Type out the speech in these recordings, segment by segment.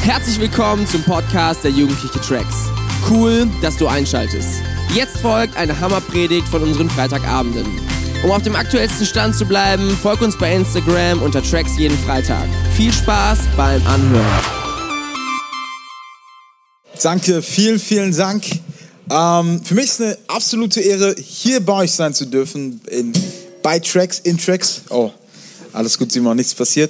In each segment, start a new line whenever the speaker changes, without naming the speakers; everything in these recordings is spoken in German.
Herzlich willkommen zum Podcast der Jugendliche Tracks. Cool, dass du einschaltest. Jetzt folgt eine Hammerpredigt von unseren Freitagabenden. Um auf dem aktuellsten Stand zu bleiben, folg uns bei Instagram unter Tracks jeden Freitag. Viel Spaß beim Anhören.
Danke, vielen Dank. Für mich ist eine absolute Ehre, hier bei euch sein zu dürfen, bei Tracks, in Tracks. Oh, alles gut, Simon, nichts passiert.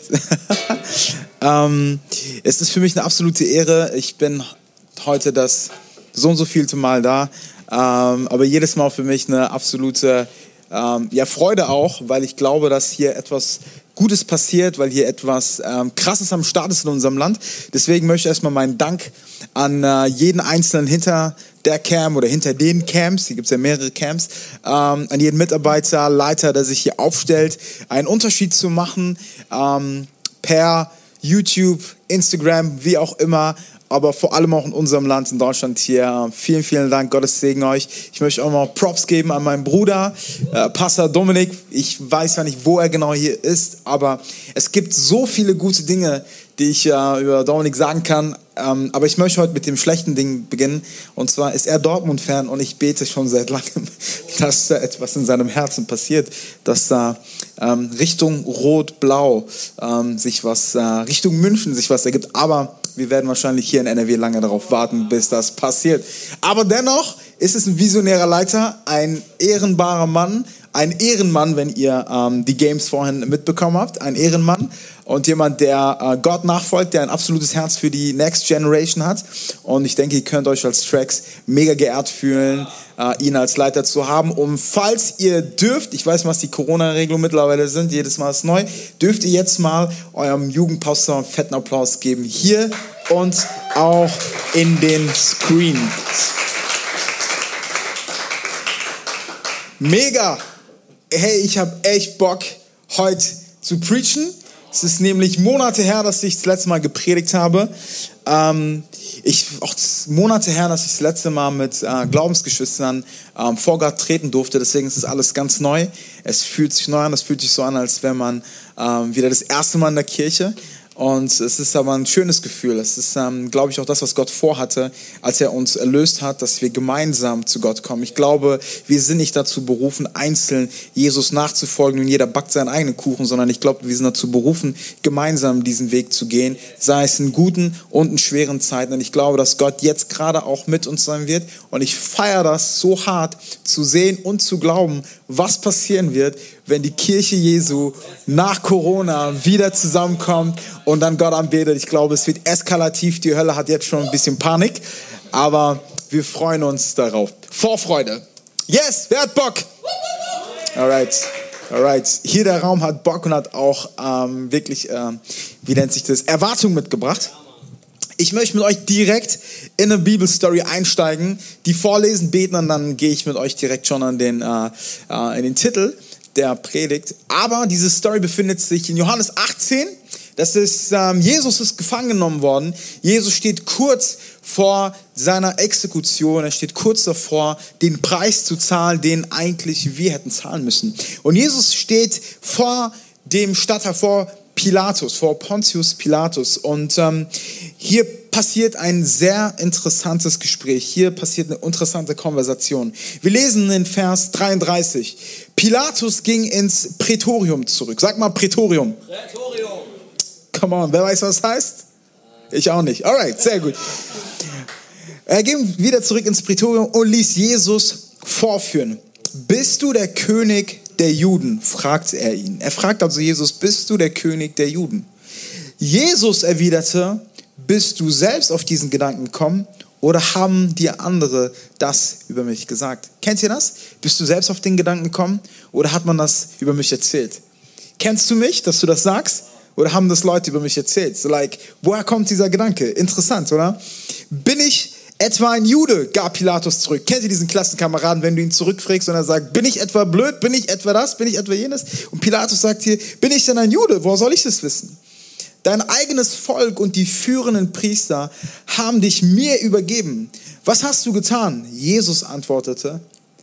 Es ist für mich eine absolute Ehre. Ich bin heute das so und so vielte Mal da, aber jedes Mal für mich eine absolute Freude auch, weil ich glaube, dass hier etwas Gutes passiert, weil hier etwas Krasses am Start ist in unserem Land. Deswegen möchte ich erstmal meinen Dank an jeden Einzelnen hinter der Cam oder hinter den Camps, hier gibt es ja mehrere Camps, an jeden Mitarbeiter, Leiter, der sich hier aufstellt, einen Unterschied zu machen, per YouTube, Instagram, wie auch immer, aber vor allem auch in unserem Land, in Deutschland hier. Vielen Dank, Gottes Segen euch. Ich möchte auch mal Props geben an meinen Bruder, Pastor Dominik. Ich weiß ja nicht, wo er genau hier ist, aber es gibt so viele gute Dinge, die ich über Dominik sagen kann. Aber ich möchte heute mit dem schlechten Ding beginnen. Und zwar ist er Dortmund-Fan und ich bete schon seit langem, dass da etwas in seinem Herzen passiert. Dass da Richtung Rot-Blau sich was, Richtung München sich was ergibt. Aber wir werden wahrscheinlich hier in NRW lange darauf warten, bis das passiert. Aber dennoch ist es ein visionärer Leiter, ein ehrenbarer Mann, ein Ehrenmann, wenn ihr die Games vorhin mitbekommen habt, ein Ehrenmann und jemand, der Gott nachfolgt, der ein absolutes Herz für die Next Generation hat. Und ich denke, ihr könnt euch als Tracks mega geehrt fühlen, ihn als Leiter zu haben. Und falls ihr dürft, ich weiß, was die Corona-Regelungen mittlerweile sind, jedes Mal ist neu, dürft ihr jetzt mal eurem Jugendpastor einen fetten Applaus geben. Hier und auch in den Screen. Mega! Hey, ich habe echt Bock, heute zu preachen. Es ist nämlich Monate her, dass ich das letzte Mal gepredigt habe. Monate her, dass ich das letzte Mal mit Glaubensgeschwistern vor Gott treten durfte. Deswegen ist es alles ganz neu. Es fühlt sich neu an. Es fühlt sich so an, als wäre man wieder das erste Mal in der Kirche. Und es ist aber ein schönes Gefühl. Es ist, glaube ich, auch das, was Gott vorhatte, als er uns erlöst hat, dass wir gemeinsam zu Gott kommen. Ich glaube, wir sind nicht dazu berufen, einzeln Jesus nachzufolgen und jeder backt seinen eigenen Kuchen, sondern ich glaube, wir sind dazu berufen, gemeinsam diesen Weg zu gehen, sei es in guten und in schweren Zeiten. Und ich glaube, dass Gott jetzt gerade auch mit uns sein wird. Und ich feiere das so hart, zu sehen und zu glauben, was passieren wird, wenn die Kirche Jesu nach Corona wieder zusammenkommt und dann Gott anbetet. Ich glaube, es wird eskalativ. Die Hölle hat jetzt schon ein bisschen Panik, aber wir freuen uns darauf. Vorfreude. Yes, wer hat Bock? Alright. Hier der Raum hat Bock und hat auch wirklich, wie nennt sich das, Erwartung mitgebracht. Ich möchte mit euch direkt in eine Bibelstory einsteigen, die vorlesen, beten und dann gehe ich mit euch direkt schon in den Titel der Predigt. Aber diese Story befindet sich in Johannes 18. Das ist, Jesus ist gefangen genommen worden. Jesus steht kurz vor seiner Exekution. Er steht kurz davor, den Preis zu zahlen, den eigentlich wir hätten zahlen müssen. Und Jesus steht vor dem Statthalter, vor Pilatus, vor Pontius Pilatus. Und hier passiert ein sehr interessantes Gespräch. Hier passiert eine interessante Konversation. Wir lesen in Vers 33. Pilatus ging ins Prätorium zurück. Sag mal Prätorium. Prätorium. Come on, wer weiß, was das heißt? Ich auch nicht. Alright, sehr gut. Er ging wieder zurück ins Prätorium und ließ Jesus vorführen. Bist du der König der Juden? Fragt er ihn. Er fragt also Jesus, bist du der König der Juden? Jesus erwiderte, bist du selbst auf diesen Gedanken gekommen oder haben dir andere das über mich gesagt? Kennt ihr das? Bist du selbst auf den Gedanken gekommen oder hat man das über mich erzählt? Kennst du mich, dass du das sagst? Oder haben das Leute über mich erzählt? So woher kommt dieser Gedanke? Interessant, oder? Bin ich etwa ein Jude? Gab Pilatus zurück. Kennt ihr diesen Klassenkameraden, wenn du ihn zurückfragst und er sagt, bin ich etwa blöd? Bin ich etwa das? Bin ich etwa jenes? Und Pilatus sagt hier, bin ich denn ein Jude? Woher soll ich das wissen? Dein eigenes Volk und die führenden Priester haben dich mir übergeben. Was hast du getan? Jesus antwortete,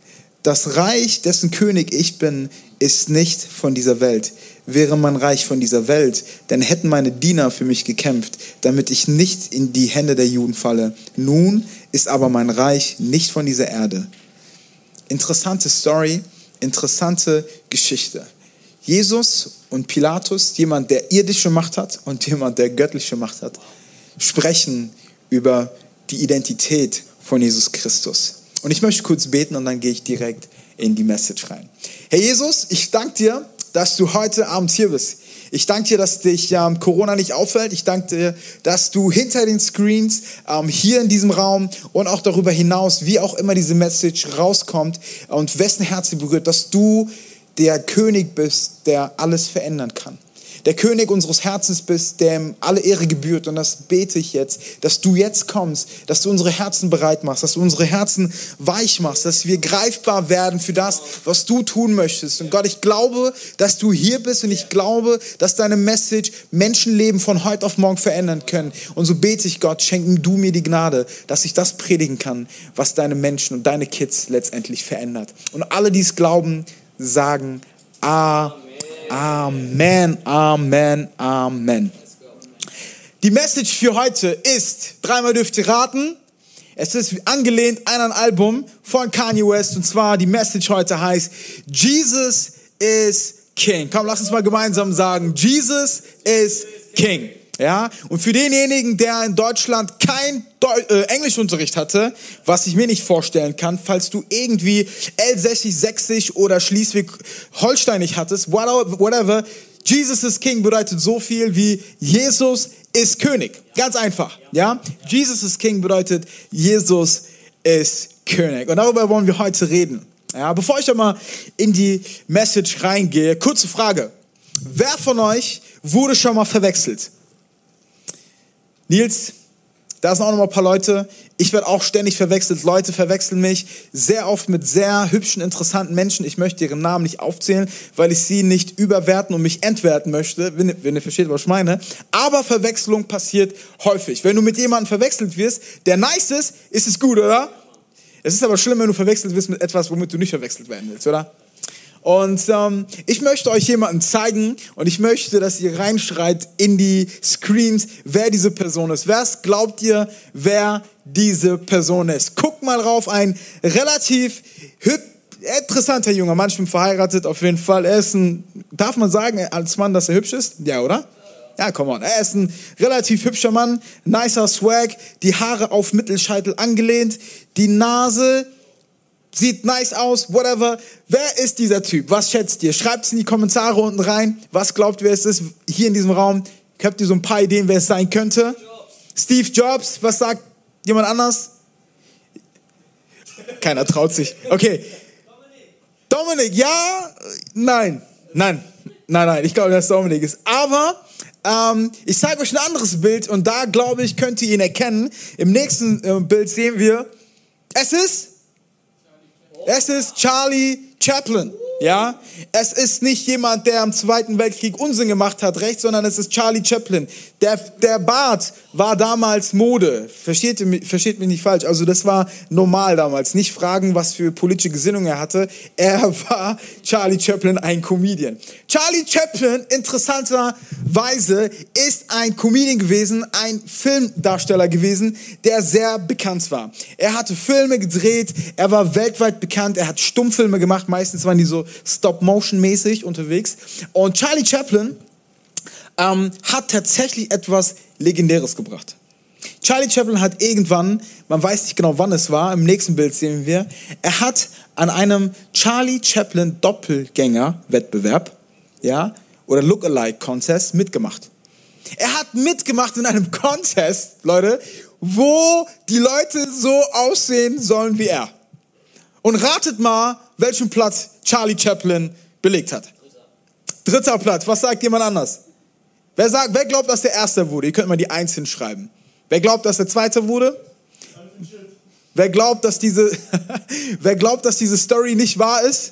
das Reich, dessen König ich bin, ist nicht von dieser Welt. Wäre mein Reich von dieser Welt, dann hätten meine Diener für mich gekämpft, damit ich nicht in die Hände der Juden falle. Nun ist aber mein Reich nicht von dieser Erde. Interessante Story, interessante Geschichte. Jesus und Pilatus, jemand, der irdische Macht hat und jemand, der göttliche Macht hat, sprechen über die Identität von Jesus Christus. Und ich möchte kurz beten und dann gehe ich direkt in die Message rein. Herr Jesus, ich danke dir, dass du heute Abend hier bist. Ich danke dir, dass dich Corona nicht auffällt. Ich danke dir, dass du hinter den Screens, hier in diesem Raum und auch darüber hinaus, wie auch immer diese Message rauskommt und wessen Herz sie berührt, dass du der König bist, der alles verändern kann. Der König unseres Herzens bist, dem alle Ehre gebührt. Und das bete ich jetzt, dass du jetzt kommst, dass du unsere Herzen bereit machst, dass du unsere Herzen weich machst, dass wir greifbar werden für das, was du tun möchtest. Und Gott, ich glaube, dass du hier bist und ich glaube, dass deine Message Menschenleben von heute auf morgen verändern können. Und so bete ich, Gott, schenk du mir die Gnade, dass ich das predigen kann, was deine Menschen und deine Kids letztendlich verändert. Und alle, die es glauben, sagen Amen. Amen, Amen, Amen. Die Message für heute ist, dreimal dürft ihr raten, es ist angelehnt an ein Album von Kanye West und zwar die Message heute heißt Jesus is King. Komm, lass uns mal gemeinsam sagen, Jesus is King. Ja, und für denjenigen, der in Deutschland kein Englischunterricht hatte, was ich mir nicht vorstellen kann, falls du irgendwie Elsässisch, Sächsisch oder Schleswig-Holsteinig hattest, whatever, Jesus is King bedeutet so viel wie Jesus ist König. Ganz einfach, ja? Jesus is King bedeutet Jesus ist König. Und darüber wollen wir heute reden. Ja, bevor ich aber in die Message reingehe, kurze Frage. Wer von euch wurde schon mal verwechselt? Nils, da sind auch noch mal ein paar Leute. Ich werde auch ständig verwechselt. Leute verwechseln mich sehr oft mit sehr hübschen, interessanten Menschen. Ich möchte ihren Namen nicht aufzählen, weil ich sie nicht überwerten und mich entwerten möchte, wenn ihr versteht, was ich meine. Aber Verwechslung passiert häufig. Wenn du mit jemandem verwechselt wirst, der nice ist es gut, oder? Es ist aber schlimm, wenn du verwechselt wirst mit etwas, womit du nicht verwechselt werden willst, oder? Und ich möchte euch jemanden zeigen und ich möchte, dass ihr reinschreit in die Screens, wer diese Person ist. Was glaubt ihr, wer diese Person ist? Guckt mal drauf, ein relativ interessanter junger Mann, ich bin verheiratet auf jeden Fall. Er ist darf man sagen als Mann, dass er hübsch ist? Ja, oder? Ja, come on. Er ist ein relativ hübscher Mann, nicer Swag, die Haare auf Mittelscheitel angelehnt, die Nase sieht nice aus, whatever. Wer ist dieser Typ? Was schätzt ihr? Schreibt es in die Kommentare unten rein. Was glaubt ihr, wer es ist hier in diesem Raum? Habt ihr so ein paar Ideen, wer es sein könnte? Steve Jobs. Was sagt jemand anders? Keiner traut sich. Okay. Dominik, ja? Nein. Ich glaube, dass es Dominik ist. Aber ich zeige euch ein anderes Bild und da, glaube ich, könnt ihr ihn erkennen. Im nächsten Bild sehen wir, es ist Charlie Chaplin, ja. Es ist nicht jemand, der im Zweiten Weltkrieg Unsinn gemacht hat, recht, sondern es ist Charlie Chaplin. Der Bart war damals Mode. Versteht mich nicht falsch. Also das war normal damals. Nicht fragen, was für politische Gesinnung er hatte. Er war Charlie Chaplin, ein Comedian. Charlie Chaplin, interessanterweise, ist ein Comedian gewesen, ein Filmdarsteller gewesen, der sehr bekannt war. Er hatte Filme gedreht, er war weltweit bekannt, er hat Stummfilme gemacht, meistens waren die so Stop-Motion-mäßig unterwegs. Und Charlie Chaplin hat tatsächlich etwas Legendäres gebracht. Charlie Chaplin hat irgendwann, man weiß nicht genau wann es war, im nächsten Bild sehen wir, er hat an einem Charlie Chaplin Doppelgänger-Wettbewerb, ja, oder Lookalike-Contest mitgemacht. Er hat mitgemacht in einem Contest, Leute, wo die Leute so aussehen sollen wie er. Und ratet mal, welchen Platz Charlie Chaplin belegt hat. Dritter Platz. Was sagt jemand anders? Wer glaubt, dass der Erste wurde? Ihr könnt mal die 1 hinschreiben. Wer glaubt, dass der Zweite wurde? Wer glaubt, dass diese Story nicht wahr ist?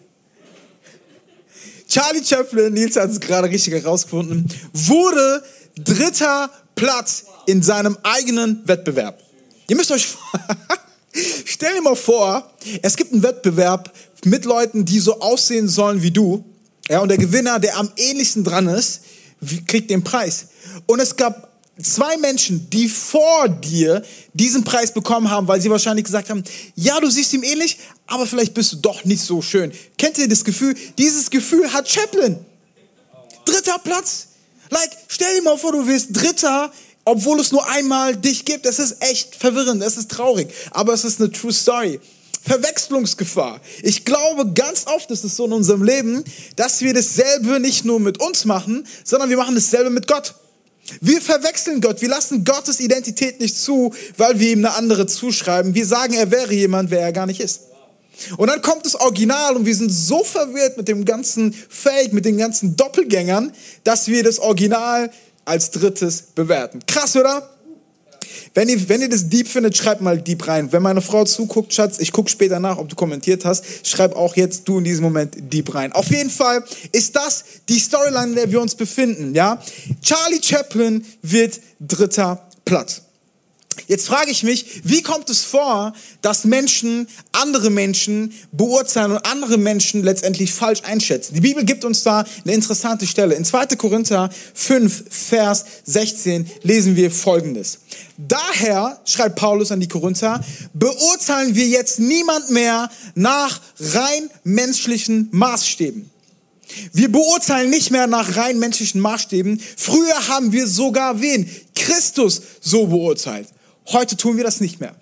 Charlie Chaplin, Nils hat es gerade richtig herausgefunden, wurde 3. Platz in seinem eigenen Wettbewerb. Ihr müsst euch Stell dir mal vor, es gibt einen Wettbewerb mit Leuten, die so aussehen sollen wie du. Ja, und der Gewinner, der am ähnlichsten dran ist, kriegt den Preis. Und es gab 2 Menschen, die vor dir diesen Preis bekommen haben, weil sie wahrscheinlich gesagt haben, ja, du siehst ihm ähnlich, aber vielleicht bist du doch nicht so schön. Kennt ihr das Gefühl? Dieses Gefühl hat Chaplin. 3. Platz. Stell dir mal vor, du wirst 3., obwohl es nur einmal dich gibt. Das ist echt verwirrend, das ist traurig, aber es ist eine true story. Verwechslungsgefahr. Ich glaube, ganz oft ist es so in unserem Leben, dass wir dasselbe nicht nur mit uns machen, sondern wir machen dasselbe mit Gott. Wir verwechseln Gott, wir lassen Gottes Identität nicht zu, weil wir ihm eine andere zuschreiben. Wir sagen, er wäre jemand, wer er gar nicht ist. Und dann kommt das Original und wir sind so verwirrt mit dem ganzen Fake, mit den ganzen Doppelgängern, dass wir das Original als 3. bewerten. Krass, oder? Wenn ihr das deep findet, schreibt mal deep rein. Wenn meine Frau zuguckt, Schatz, ich gucke später nach, ob du kommentiert hast, schreib auch jetzt du in diesem Moment deep rein. Auf jeden Fall ist das die Storyline, in der wir uns befinden. Ja? Charlie Chaplin wird 3. Platz. Jetzt frage ich mich, wie kommt es vor, dass Menschen andere Menschen beurteilen und andere Menschen letztendlich falsch einschätzen? Die Bibel gibt uns da eine interessante Stelle. In 2. Korinther 5, Vers 16 lesen wir Folgendes. Daher, schreibt Paulus an die Korinther, beurteilen wir jetzt niemand mehr nach rein menschlichen Maßstäben. Wir beurteilen nicht mehr nach rein menschlichen Maßstäben. Früher haben wir sogar wen? Christus so beurteilt. Heute tun wir das nicht mehr.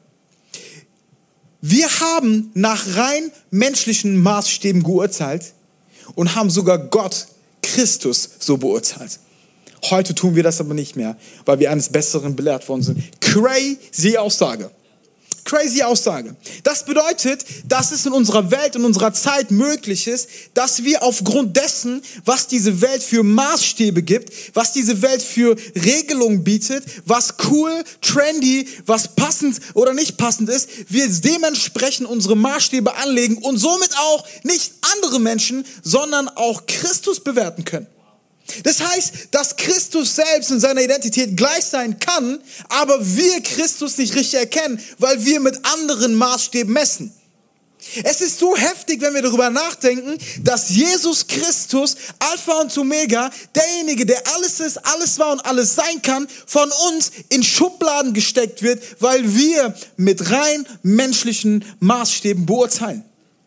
Wir haben nach rein menschlichen Maßstäben geurteilt und haben sogar Gott, Christus, so beurteilt. Heute tun wir das aber nicht mehr, weil wir eines Besseren belehrt worden sind. Crazy Aussage. Crazy Aussage. Das bedeutet, dass es in unserer Welt, in unserer Zeit möglich ist, dass wir aufgrund dessen, was diese Welt für Maßstäbe gibt, was diese Welt für Regelungen bietet, was cool, trendy, was passend oder nicht passend ist, wir dementsprechend unsere Maßstäbe anlegen und somit auch nicht andere Menschen, sondern auch Christus bewerten können. Das heißt, dass Christus selbst in seiner Identität gleich sein kann, aber wir Christus nicht richtig erkennen, weil wir mit anderen Maßstäben messen. Es ist so heftig, wenn wir darüber nachdenken, dass Jesus Christus, Alpha und Omega, derjenige, der alles ist, alles war und alles sein kann, von uns in Schubladen gesteckt wird, weil wir mit rein menschlichen Maßstäben beurteilen.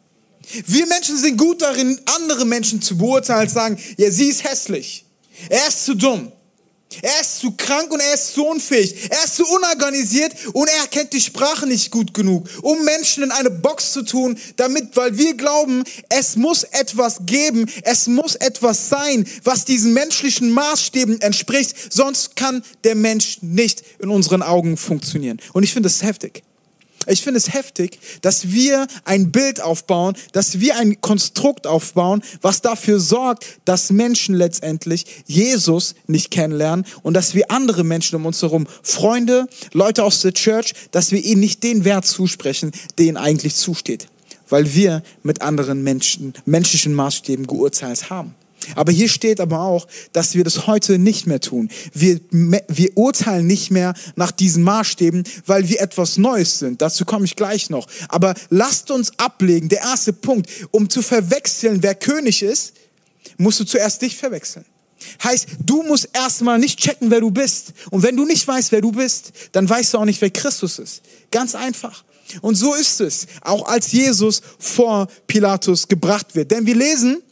Wir Menschen sind gut darin, andere Menschen zu beurteilen, zu sagen, ja, sie ist hässlich, er ist zu dumm, er ist zu krank und er ist zu unfähig, er ist zu unorganisiert und er kennt die Sprache nicht gut genug, um Menschen in eine Box zu tun, weil wir glauben, es muss etwas geben, es muss etwas sein, was diesen menschlichen Maßstäben entspricht, sonst kann der Mensch nicht in unseren Augen funktionieren. Und ich finde das heftig. Ich finde es heftig, dass wir ein Bild aufbauen, dass wir ein Konstrukt aufbauen, was dafür sorgt, dass Menschen letztendlich Jesus nicht kennenlernen und dass wir andere Menschen um uns herum, Freunde, Leute aus der Church, dass wir ihnen nicht den Wert zusprechen, der ihnen eigentlich zusteht, weil wir mit anderen menschlichen Maßstäben geurteilt haben. Aber hier steht aber auch, dass wir das heute nicht mehr tun. Wir urteilen nicht mehr nach diesen Maßstäben, weil wir etwas Neues sind. Dazu komme ich gleich noch. Aber lasst uns ablegen, der erste Punkt, um zu verwechseln, wer König ist, musst du zuerst dich verwechseln. Heißt, du musst erstmal nicht checken, wer du bist. Und wenn du nicht weißt, wer du bist, dann weißt du auch nicht, wer Christus ist. Ganz einfach. Und so ist es, auch als Jesus vor Pilatus gebracht wird. Denn wir lesen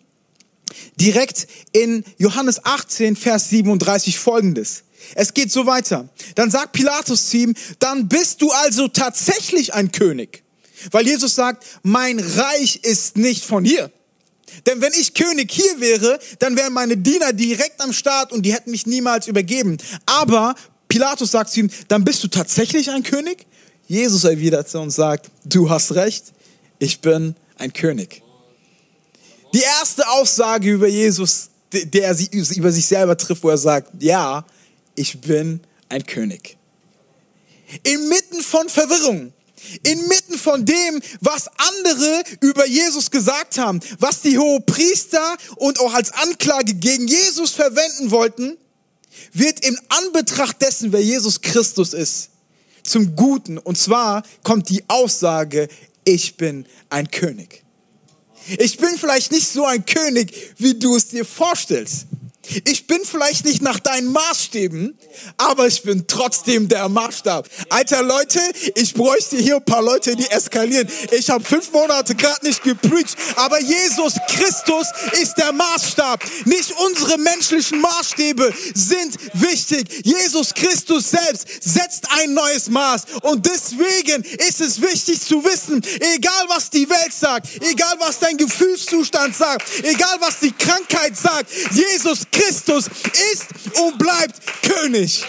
direkt in Johannes 18, Vers 37 Folgendes. Es geht so weiter. Dann sagt Pilatus zu ihm, dann bist du also tatsächlich ein König. Weil Jesus sagt, mein Reich ist nicht von hier. Denn wenn ich König hier wäre, dann wären meine Diener direkt am Start und die hätten mich niemals übergeben. Aber Pilatus sagt zu ihm, dann bist du tatsächlich ein König? Jesus erwidert und sagt, du hast recht, ich bin ein König. Die erste Aussage über Jesus, der er über sich selber trifft, wo er sagt, ja, ich bin ein König. Inmitten von Verwirrung, inmitten von dem, was andere über Jesus gesagt haben, was die Hohepriester und auch als Anklage gegen Jesus verwenden wollten, wird in Anbetracht dessen, wer Jesus Christus ist, zum Guten. Und zwar kommt die Aussage, ich bin ein König. Ich bin vielleicht nicht so ein König, wie du es dir vorstellst. Ich bin vielleicht nicht nach deinen Maßstäben, aber ich bin trotzdem der Maßstab. Alter Leute, ich bräuchte hier ein paar Leute, die eskalieren. Ich habe 5 Monate gerade nicht gepreacht, aber Jesus Christus ist der Maßstab. Nicht unsere menschlichen Maßstäbe sind wichtig. Jesus Christus selbst setzt ein neues Maß. Und deswegen ist es wichtig zu wissen, egal was die Welt sagt, egal was dein Gefühlszustand sagt, egal was die Krankheit sagt, Jesus Christus ist und bleibt König.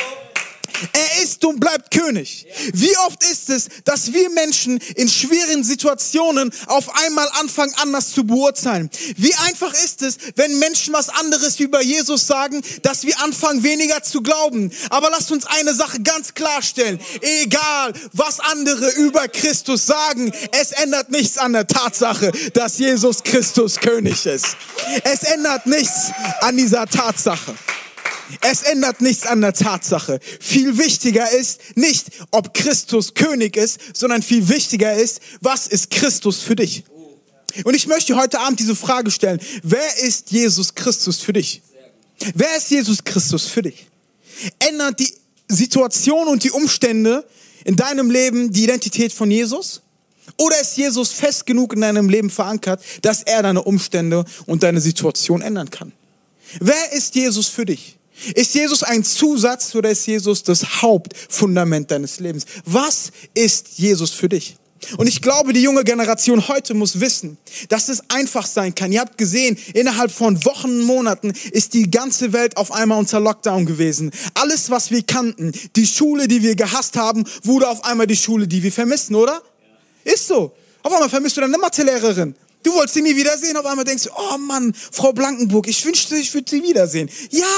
Er ist und bleibt König. Wie oft ist es, dass wir Menschen in schweren Situationen auf einmal anfangen, anders zu beurteilen? Wie einfach ist es, wenn Menschen was anderes über Jesus sagen, dass wir anfangen, weniger zu glauben? Aber lasst uns eine Sache ganz klarstellen. Egal, was andere über Christus sagen, es ändert nichts an der Tatsache, dass Jesus Christus König ist. Es ändert nichts an dieser Tatsache. Es ändert nichts an der Tatsache. Viel wichtiger ist nicht, ob Christus König ist, sondern viel wichtiger ist, was ist Christus für dich? Und ich möchte heute Abend diese Frage stellen. Wer ist Jesus Christus für dich? Wer ist Jesus Christus für dich? Ändert die Situation und die Umstände in deinem Leben die Identität von Jesus? Oder ist Jesus fest genug in deinem Leben verankert, dass er deine Umstände und deine Situation ändern kann? Wer ist Jesus für dich? Ist Jesus ein Zusatz oder ist Jesus das Hauptfundament deines Lebens? Was ist Jesus für dich? Und ich glaube, die junge Generation heute muss wissen, dass es einfach sein kann. Ihr habt gesehen, innerhalb von Wochen, Monaten ist die ganze Welt auf einmal unter Lockdown gewesen. Alles, was wir kannten, die Schule, die wir gehasst haben, wurde auf einmal die Schule, die wir vermissen, oder? Ist so. Auf einmal vermisst du deine Mathelehrerin. Du wolltest sie nie wiedersehen, auf einmal denkst du, oh Mann, Frau Blankenburg, ich wünschte, ich würde sie wiedersehen.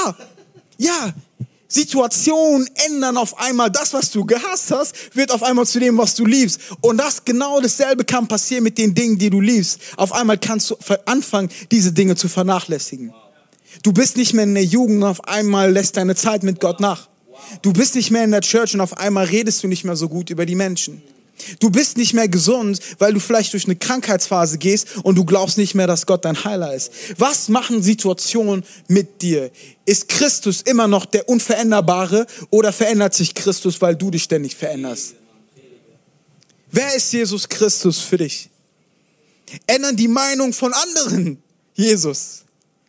Ja, Situationen ändern auf einmal. Das, was du gehasst hast, wird auf einmal zu dem, was du liebst. Und das genau dasselbe kann passieren mit den Dingen, die du liebst. Auf einmal kannst du anfangen, diese Dinge zu vernachlässigen. Du bist nicht mehr in der Jugend und auf einmal lässt deine Zeit mit Gott nach. Du bist nicht mehr in der Church und auf einmal redest du nicht mehr so gut über die Menschen. Du bist nicht mehr gesund, weil du vielleicht durch eine Krankheitsphase gehst und du glaubst nicht mehr, dass Gott dein Heiler ist. Was machen Situationen mit dir? Ist Christus immer noch der Unveränderbare oder verändert sich Christus, weil du dich ständig veränderst? Wer ist Jesus Christus für dich? Ändern die Meinung von anderen Jesus?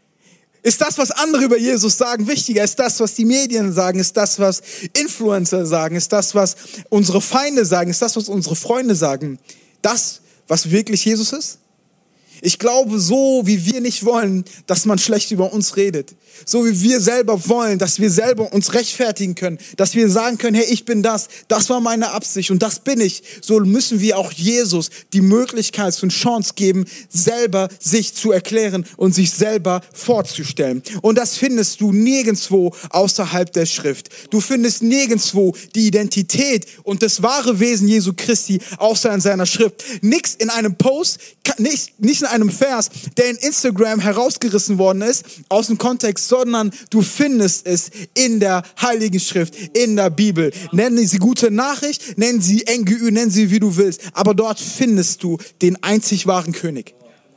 Ist das, was andere über Jesus sagen, wichtiger? Ist das, was die Medien sagen? Ist das, was Influencer sagen? Ist das, was unsere Feinde sagen? Ist das, was unsere Freunde sagen? Das, was wirklich Jesus ist? Ich glaube, so wie wir nicht wollen, dass man schlecht über uns redet, so wie wir selber wollen, dass wir selber uns rechtfertigen können, dass wir sagen können, hey, ich bin das war meine Absicht und das bin ich, so müssen wir auch Jesus die Möglichkeit und Chance geben, selber sich zu erklären und sich selber vorzustellen. Und das findest du nirgendwo außerhalb der Schrift. Du findest nirgendwo die Identität und das wahre Wesen Jesu Christi außer in seiner Schrift. Nichts in einem Post, nicht in einem Vers, der in Instagram herausgerissen worden ist, aus dem Kontext, sondern du findest es in der Heiligen Schrift, in der Bibel. Nennen sie gute Nachricht, nennen sie NGÜ, nennen sie wie du willst, aber dort findest du den einzig wahren König.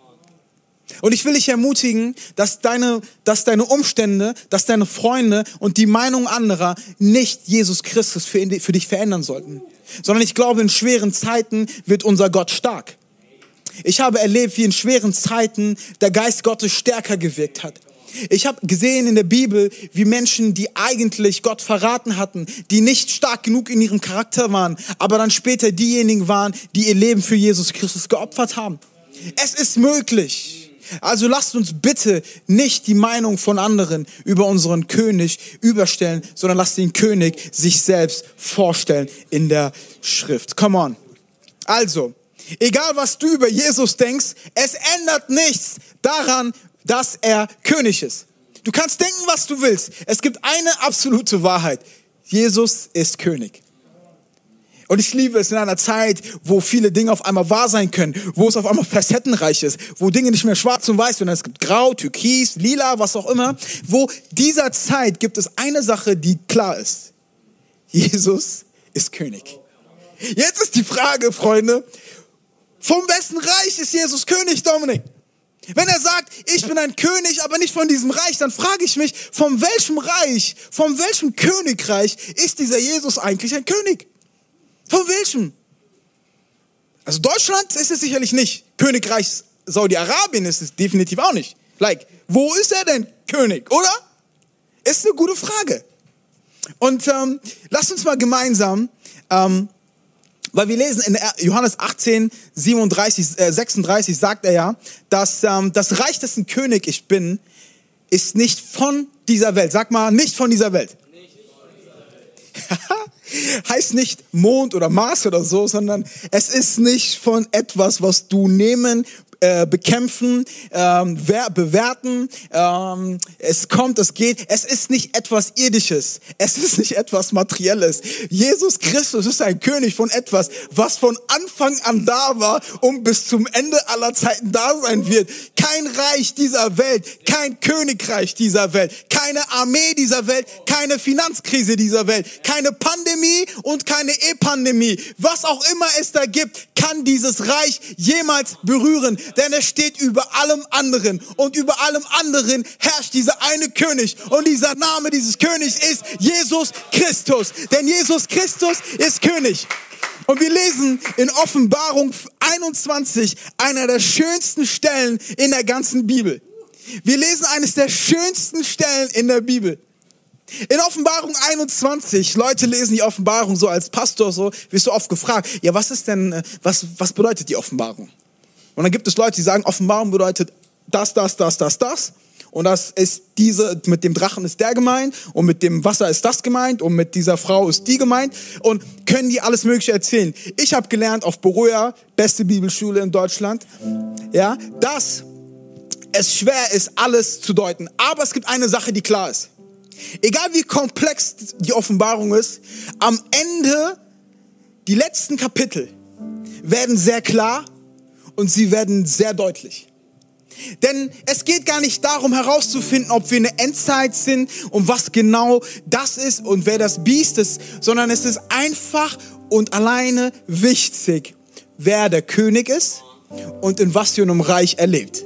Und ich will dich ermutigen, dass deine Umstände, dass deine Freunde und die Meinung anderer nicht Jesus Christus für dich verändern sollten, sondern ich glaube, in schweren Zeiten wird unser Gott stark. Ich habe erlebt, wie in schweren Zeiten der Geist Gottes stärker gewirkt hat. Ich habe gesehen in der Bibel, wie Menschen, die eigentlich Gott verraten hatten, die nicht stark genug in ihrem Charakter waren, aber dann später diejenigen waren, die ihr Leben für Jesus Christus geopfert haben. Es ist möglich. Also lasst uns bitte nicht die Meinung von anderen über unseren König überstellen, sondern lasst den König sich selbst vorstellen in der Schrift. Come on. Also, egal was du über Jesus denkst, es ändert nichts daran, dass er König ist. Du kannst denken, was du willst. Es gibt eine absolute Wahrheit. Jesus ist König. Und ich liebe es in einer Zeit, wo viele Dinge auf einmal wahr sein können, wo es auf einmal facettenreich ist, wo Dinge nicht mehr schwarz und weiß, sondern es gibt grau, türkis, lila, was auch immer. Wo dieser Zeit gibt es eine Sache, die klar ist. Jesus ist König. Jetzt ist die Frage, Freunde, von wessen Reich ist Jesus König, Dominik? Wenn er sagt, ich bin ein König, aber nicht von diesem Reich, dann frage ich mich, von welchem Reich, von welchem Königreich ist dieser Jesus eigentlich ein König? Von welchem? Also Deutschland ist es sicherlich nicht. Königreich Saudi-Arabien ist es definitiv auch nicht. Wo ist er denn König, oder? Ist eine gute Frage. Und lasst uns mal gemeinsam, weil wir lesen in Johannes 18, 36 sagt er ja, dass das Reich, dessen König ich bin, ist nicht von dieser Welt. Sag mal, nicht von dieser Welt. Heißt nicht Mond oder Mars oder so, sondern es ist nicht von etwas, was du nehmen, bekämpfen, bewerten, es kommt, es geht. Es ist nicht etwas Irdisches. Es ist nicht etwas Materielles. Jesus Christus ist ein König von etwas, was von Anfang an da war und bis zum Ende aller Zeiten da sein wird. Kein Reich dieser Welt, kein Königreich dieser Welt, keine Armee dieser Welt, keine Finanzkrise dieser Welt, keine Pandemie und keine Epandemie. Was auch immer es da gibt, kann dieses Reich jemals berühren. Denn es steht über allem anderen. Und über allem anderen herrscht dieser eine König. Und dieser Name dieses Königs ist Jesus Christus. Denn Jesus Christus ist König. Und wir lesen in Offenbarung 21 einer der schönsten Stellen in der ganzen Bibel. Wir lesen eines der schönsten Stellen in der Bibel. In Offenbarung 21, Leute lesen die Offenbarung so als Pastor, so wirst du oft gefragt, ja, was ist denn, was bedeutet die Offenbarung? Und dann gibt es Leute, die sagen, Offenbarung bedeutet das. Und das ist diese, mit dem Drachen ist der gemeint und mit dem Wasser ist das gemeint und mit dieser Frau ist die gemeint und können die alles Mögliche erzählen. Ich habe gelernt auf Beroya, beste Bibelschule in Deutschland, ja, dass es schwer ist, alles zu deuten. Aber es gibt eine Sache, die klar ist. Egal wie komplex die Offenbarung ist, am Ende, die letzten Kapitel werden sehr klar und sie werden sehr deutlich. Denn es geht gar nicht darum herauszufinden, ob wir eine Endzeit sind und was genau das ist und wer das Biest ist, sondern es ist einfach und alleine wichtig, wer der König ist und in was für einem Reich er lebt.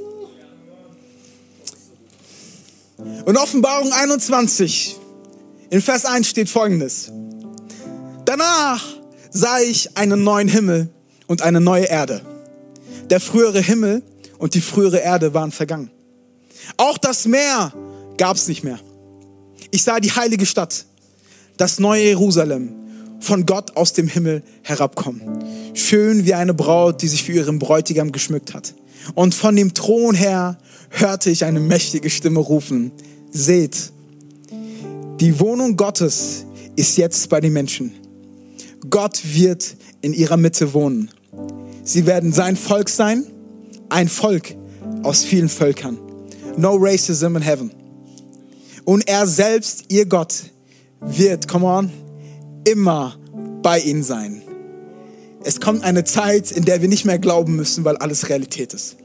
Und Offenbarung 21, in Vers 1 steht Folgendes. Danach sah ich einen neuen Himmel und eine neue Erde. Der frühere Himmel und die frühere Erde waren vergangen. Auch das Meer gab es nicht mehr. Ich sah die heilige Stadt, das neue Jerusalem, von Gott aus dem Himmel herabkommen. Schön wie eine Braut, die sich für ihren Bräutigam geschmückt hat. Und von dem Thron her hörte ich eine mächtige Stimme rufen. Seht, die Wohnung Gottes ist jetzt bei den Menschen. Gott wird in ihrer Mitte wohnen. Sie werden sein Volk sein, ein Volk aus vielen Völkern. No racism in heaven. Und er selbst, ihr Gott, wird, immer bei ihnen sein. Es kommt eine Zeit, in der wir nicht mehr glauben müssen, weil alles Realität ist.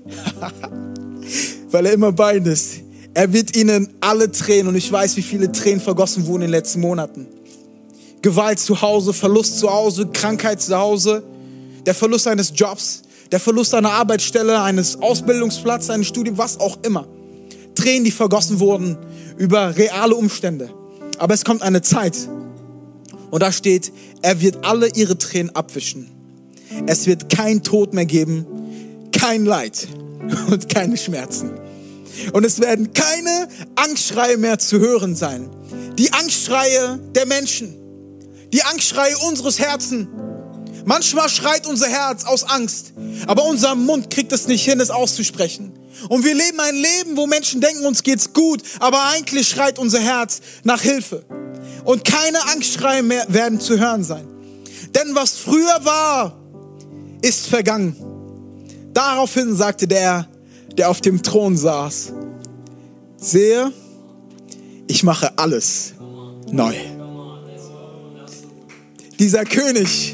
Weil er immer bei ihnen ist. Er wird ihnen alle Tränen, und ich weiß, wie viele Tränen vergossen wurden in den letzten Monaten. Gewalt zu Hause, Verlust zu Hause, Krankheit zu Hause, der Verlust eines Jobs, der Verlust einer Arbeitsstelle, eines Ausbildungsplatzes, eines Studiums, was auch immer. Tränen, die vergossen wurden über reale Umstände. Aber es kommt eine Zeit, und da steht, er wird alle ihre Tränen abwischen. Es wird kein Tod mehr geben, kein Leid und keine Schmerzen. Und es werden keine Angstschreie mehr zu hören sein. Die Angstschreie der Menschen, die Angstschreie unseres Herzens. Manchmal schreit unser Herz aus Angst, aber unser Mund kriegt es nicht hin, es auszusprechen. Und wir leben ein Leben, wo Menschen denken, uns geht's gut, aber eigentlich schreit unser Herz nach Hilfe. Und keine Angstschreie mehr werden zu hören sein. Denn was früher war, ist vergangen. Daraufhin sagte der auf dem Thron saß, sehe, ich mache alles neu. Dieser König,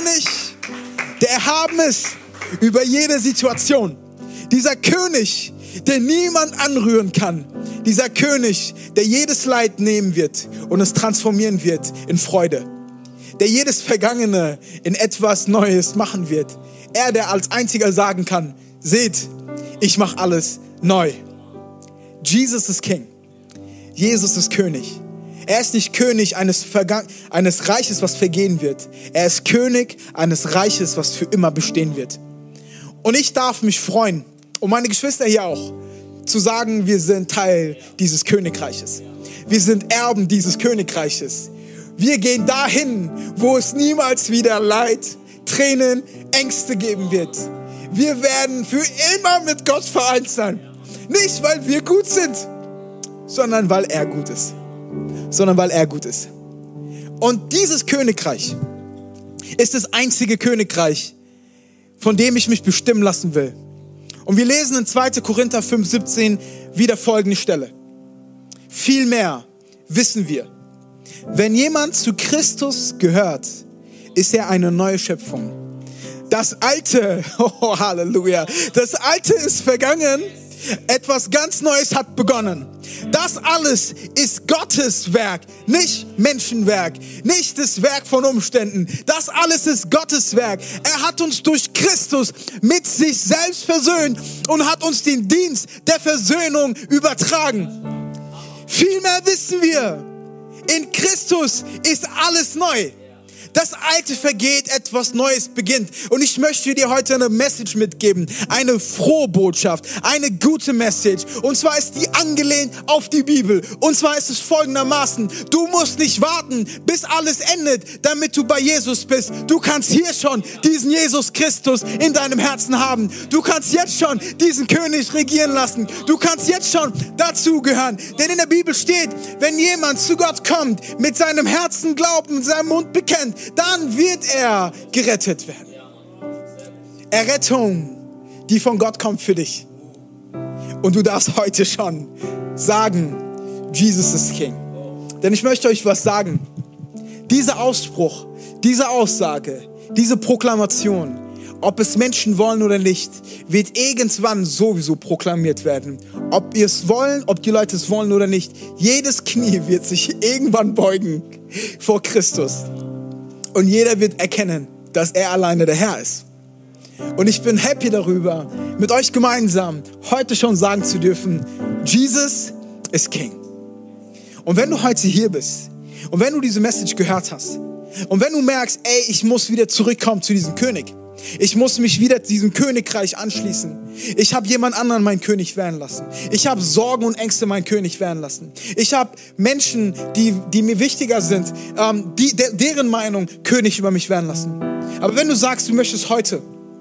der erhaben ist über jede Situation. Dieser König, den niemand anrühren kann. Dieser König, der jedes Leid nehmen wird und es transformieren wird in Freude. Der jedes Vergangene in etwas Neues machen wird. Er, der als einziger sagen kann, seht, ich mache alles neu. Jesus ist King. Jesus ist König. Er ist nicht König eines Reiches, was vergehen wird. Er ist König eines Reiches, was für immer bestehen wird. Und ich darf mich freuen, und meine Geschwister hier auch, zu sagen, wir sind Teil dieses Königreiches. Wir sind Erben dieses Königreiches. Wir gehen dahin, wo es niemals wieder Leid, Tränen, Ängste geben wird. Wir werden für immer mit Gott vereint sein. Nicht, weil wir gut sind, sondern weil er gut ist. Und dieses Königreich ist das einzige Königreich, von dem ich mich bestimmen lassen will. Und wir lesen in 2. Korinther 5,17 wieder folgende Stelle. Vielmehr wissen wir, wenn jemand zu Christus gehört, ist er eine neue Schöpfung. Das Alte, oh Halleluja, das Alte ist vergangen, etwas ganz Neues hat begonnen. Das alles ist Gottes Werk, nicht Menschenwerk, nicht das Werk von Umständen. Das alles ist Gottes Werk. Er hat uns durch Christus mit sich selbst versöhnt und hat uns den Dienst der Versöhnung übertragen. Vielmehr wissen wir, in Christus ist alles neu. Das Alte vergeht, etwas Neues beginnt. Und ich möchte dir heute eine Message mitgeben. Eine frohe Botschaft. Eine gute Message. Und zwar ist die angelehnt auf die Bibel. Und zwar ist es folgendermaßen. Du musst nicht warten, bis alles endet, damit du bei Jesus bist. Du kannst hier schon diesen Jesus Christus in deinem Herzen haben. Du kannst jetzt schon diesen König regieren lassen. Du kannst jetzt schon dazugehören. Denn in der Bibel steht, wenn jemand zu Gott kommt, mit seinem Herzen glaubt und seinem Mund bekennt, dann wird er gerettet werden. Errettung, die von Gott kommt für dich. Und du darfst heute schon sagen, Jesus ist King. Denn ich möchte euch was sagen. Dieser Ausspruch, diese Aussage, diese Proklamation, ob es Menschen wollen oder nicht, wird irgendwann sowieso proklamiert werden. Ob ihr es wollen, ob die Leute es wollen oder nicht. Jedes Knie wird sich irgendwann beugen vor Christus. Und jeder wird erkennen, dass er alleine der Herr ist. Und ich bin happy darüber, mit euch gemeinsam heute schon sagen zu dürfen, Jesus ist King. Und wenn du heute hier bist und wenn du diese Message gehört hast und wenn du merkst, ey, ich muss wieder zurückkommen zu diesem König, ich muss mich wieder diesem Königreich anschließen. Ich habe jemand anderen mein König werden lassen. Ich habe Sorgen und Ängste mein König werden lassen. Ich habe Menschen, die mir wichtiger sind, deren Meinung König über mich werden lassen. Aber wenn du sagst, du möchtest heute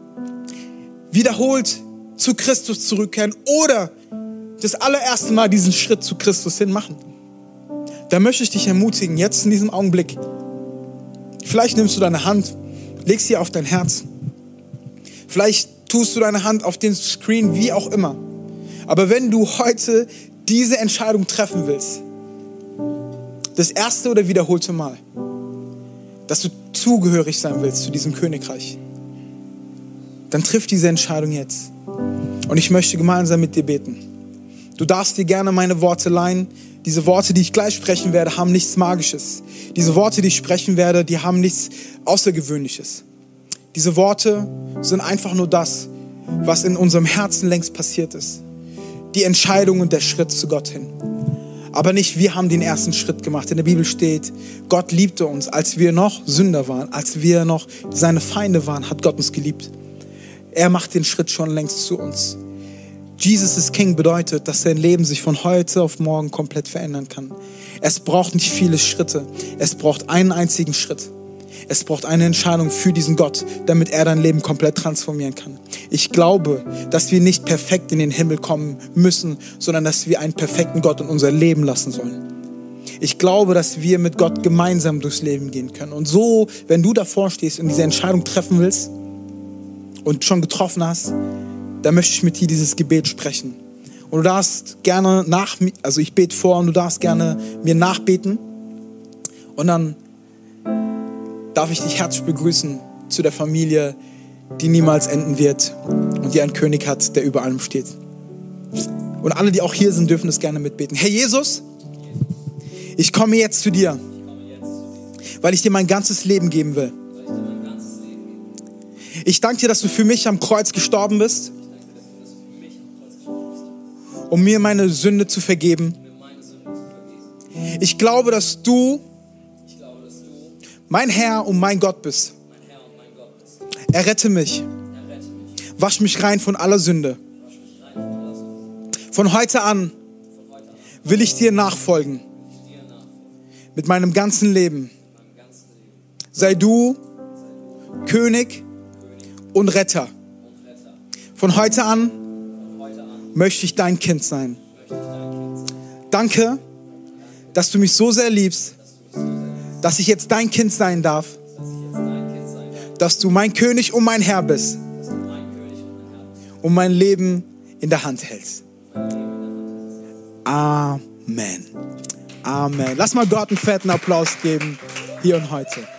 wiederholt zu Christus zurückkehren oder das allererste Mal diesen Schritt zu Christus hin machen, dann möchte ich dich ermutigen, jetzt in diesem Augenblick, vielleicht nimmst du deine Hand, legst sie auf dein Herz. Vielleicht tust du deine Hand auf den Screen, wie auch immer. Aber wenn du heute diese Entscheidung treffen willst, das erste oder wiederholte Mal, dass du zugehörig sein willst zu diesem Königreich, dann triff diese Entscheidung jetzt. Und ich möchte gemeinsam mit dir beten. Du darfst dir gerne meine Worte leihen. Diese Worte, die ich gleich sprechen werde, haben nichts Magisches. Diese Worte, die ich sprechen werde, die haben nichts Außergewöhnliches. Diese Worte sind einfach nur das, was in unserem Herzen längst passiert ist. Die Entscheidung und der Schritt zu Gott hin. Aber nicht wir haben den ersten Schritt gemacht. In der Bibel steht, Gott liebte uns, als wir noch Sünder waren, als wir noch seine Feinde waren, hat Gott uns geliebt. Er macht den Schritt schon längst zu uns. Jesus ist King bedeutet, dass sein Leben sich von heute auf morgen komplett verändern kann. Es braucht nicht viele Schritte. Es braucht einen einzigen Schritt. Es braucht eine Entscheidung für diesen Gott, damit er dein Leben komplett transformieren kann. Ich glaube, dass wir nicht perfekt in den Himmel kommen müssen, sondern dass wir einen perfekten Gott in unser Leben lassen sollen. Ich glaube, dass wir mit Gott gemeinsam durchs Leben gehen können. Und so, wenn du davor stehst und diese Entscheidung treffen willst und schon getroffen hast, dann möchte ich mit dir dieses Gebet sprechen. Und du darfst gerne ich bete vor und du darfst gerne mir nachbeten. Und dann darf ich dich herzlich begrüßen zu der Familie, die niemals enden wird und die einen König hat, der über allem steht. Und alle, die auch hier sind, dürfen das gerne mitbeten. Herr Jesus, ich komme jetzt zu dir, weil ich dir mein ganzes Leben geben will. Ich danke dir, dass du für mich am Kreuz gestorben bist, um mir meine Sünde zu vergeben. Ich glaube, dass du mein Herr und mein Gott bist. Errette mich. Wasch mich rein von aller Sünde. Von heute an will ich dir nachfolgen. Mit meinem ganzen Leben. Sei du König und Retter. Von heute an möchte ich dein Kind sein. Danke, dass du mich so sehr liebst, dass ich jetzt dein Kind sein darf. Dass du mein König und mein Herr bist. Und mein Leben in der Hand hältst. Amen. Amen. Lass mal Gott einen fetten Applaus geben, hier und heute.